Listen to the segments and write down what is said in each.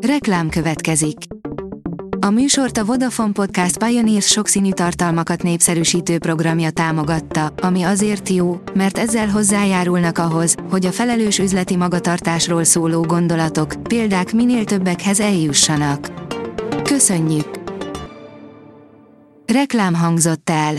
Reklám következik. A műsort a Vodafone Podcast Pioneers sokszínű tartalmakat népszerűsítő programja támogatta, ami azért jó, mert ezzel hozzájárulnak ahhoz, hogy a felelős üzleti magatartásról szóló gondolatok, példák minél többekhez eljussanak. Köszönjük! Reklám hangzott el.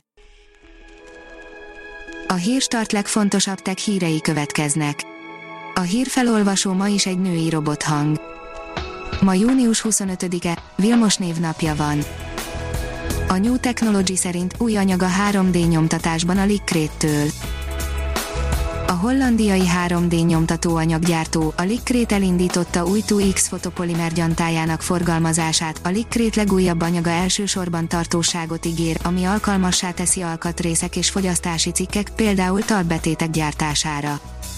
A Hírstart legfontosabb tech hírei következnek. A hírfelolvasó ma is egy női robothang. Ma június 25-e, Vilmos névnapja van. A New Technology szerint új anyag a 3D nyomtatásban a Likrate-től. A hollandiai 3D nyomtatóanyaggyártó, a Likrate elindította új 2X fotopolimer gyantájának forgalmazását. A Likrate legújabb anyaga elsősorban tartóságot ígér, ami alkalmassá teszi alkatrészek és fogyasztási cikkek, például talpbetétek gyártására.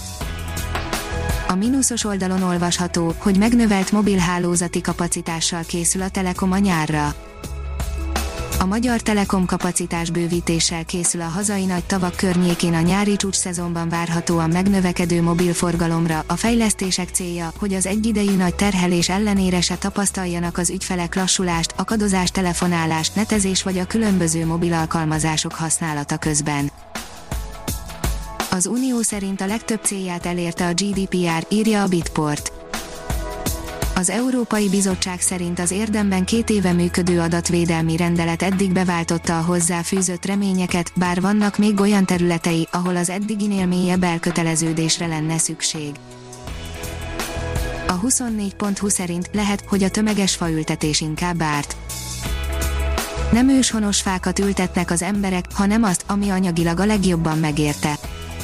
A mínuszos oldalon olvasható, hogy megnövelt mobilhálózati kapacitással készül a Telekom a nyárra. A Magyar Telekom kapacitásbővítéssel készül a hazai nagy tavak környékén a nyári csúcsszezonban várhatóan megnövekedő mobilforgalomra. A fejlesztések célja, hogy az egyidejű nagy terhelés ellenére se tapasztaljanak az ügyfelek lassulást, akadozás, telefonálás, netezés vagy a különböző mobil alkalmazások használata közben. Az Unió szerint a legtöbb célját elérte a GDPR, írja a Bitport. Az Európai Bizottság szerint az érdemben 2 éve működő adatvédelmi rendelet eddig beváltotta a hozzá fűzött reményeket, bár vannak még olyan területei, ahol az eddiginél mélyebb elköteleződésre lenne szükség. A 24.hu szerint lehet, hogy a tömeges faültetés inkább árt. Nem őshonos fákat ültetnek az emberek, hanem azt, ami anyagilag a legjobban megérte.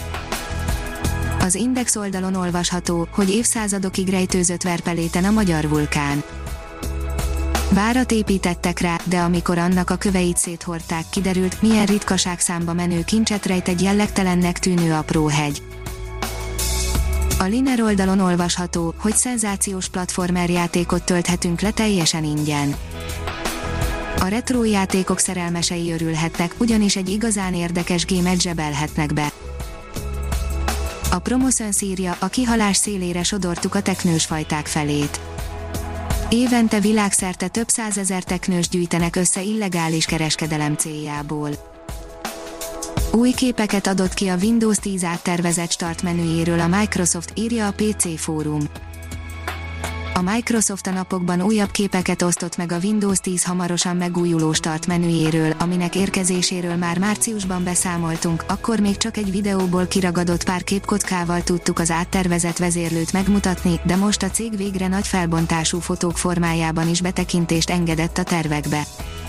Az Index oldalon olvasható, hogy évszázadokig rejtőzött Verpeléten a magyar vulkán. Várat építettek rá, de amikor annak a köveit széthordták, kiderült, milyen ritkaságszámba menő kincset rejt egy jellegtelennek tűnő apró hegy. A Liner oldalon olvasható, hogy szenzációs platformer játékot tölthetünk le teljesen ingyen. A retro játékok szerelmesei örülhetnek, ugyanis egy igazán érdekes gémet zsebelhetnek be. A Promoszöns írja, a kihalás szélére sodortuk a teknős fajták felét. Évente világszerte több százezer teknős gyűjtenek össze illegális kereskedelem céljából. Új képeket adott ki a Windows 10 áttervezett start menüjéről a Microsoft, írja a PC Fórum. A Microsoft a napokban újabb képeket osztott meg a Windows 10 hamarosan megújuló start menüjéről, aminek érkezéséről már márciusban beszámoltunk, akkor még csak egy videóból kiragadott pár képkockával tudtuk az áttervezett vezérlőt megmutatni, de most a cég végre nagy felbontású fotók formájában is betekintést engedett a tervekbe.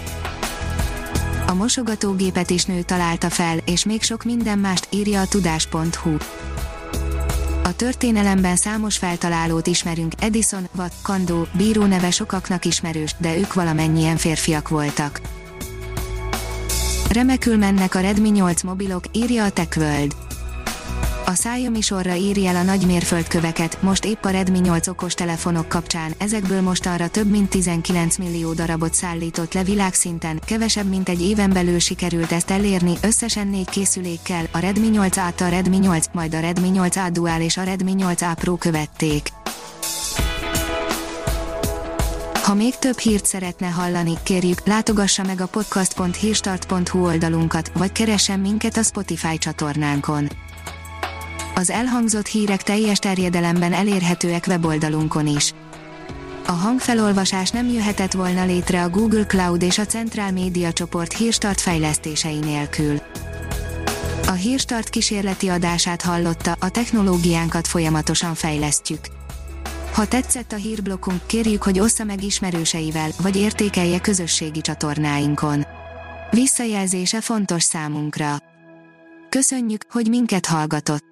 A mosogatógépet is nő találta fel, és még sok minden mást, írja a tudás.hu. A történelemben számos feltalálót ismerünk, Edison, Watt, Kandó, Bíró neve sokaknak ismerős, de ők valamennyien férfiak voltak. Remekül mennek a Redmi 8 mobilok, írja a TechWorld. A Xiaomi sorra írja el a nagy mérföldköveket, most épp a Redmi 8 okostelefonok kapcsán, ezekből mostanra több mint 19 millió darabot szállított le világszinten, kevesebb mint egy éven belül sikerült ezt elérni, összesen 4 készülékkel, a Redmi 8A, a Redmi 8, majd a Redmi 8A Dual és a Redmi 8A Pro követték. Ha még több hírt szeretne hallani, kérjük, látogassa meg a podcast.hírstart.hu oldalunkat, vagy keressen minket a Spotify csatornánkon. Az elhangzott hírek teljes terjedelemben elérhetőek weboldalunkon is. A hangfelolvasás nem jöhetett volna létre a Google Cloud és a Central Média csoport Hírstart fejlesztései nélkül. A Hírstart kísérleti adását hallotta, a technológiánkat folyamatosan fejlesztjük. Ha tetszett a hírblokkunk, kérjük, hogy ossza meg ismerőseivel, vagy értékelje közösségi csatornáinkon. Visszajelzése fontos számunkra. Köszönjük, hogy minket hallgatott!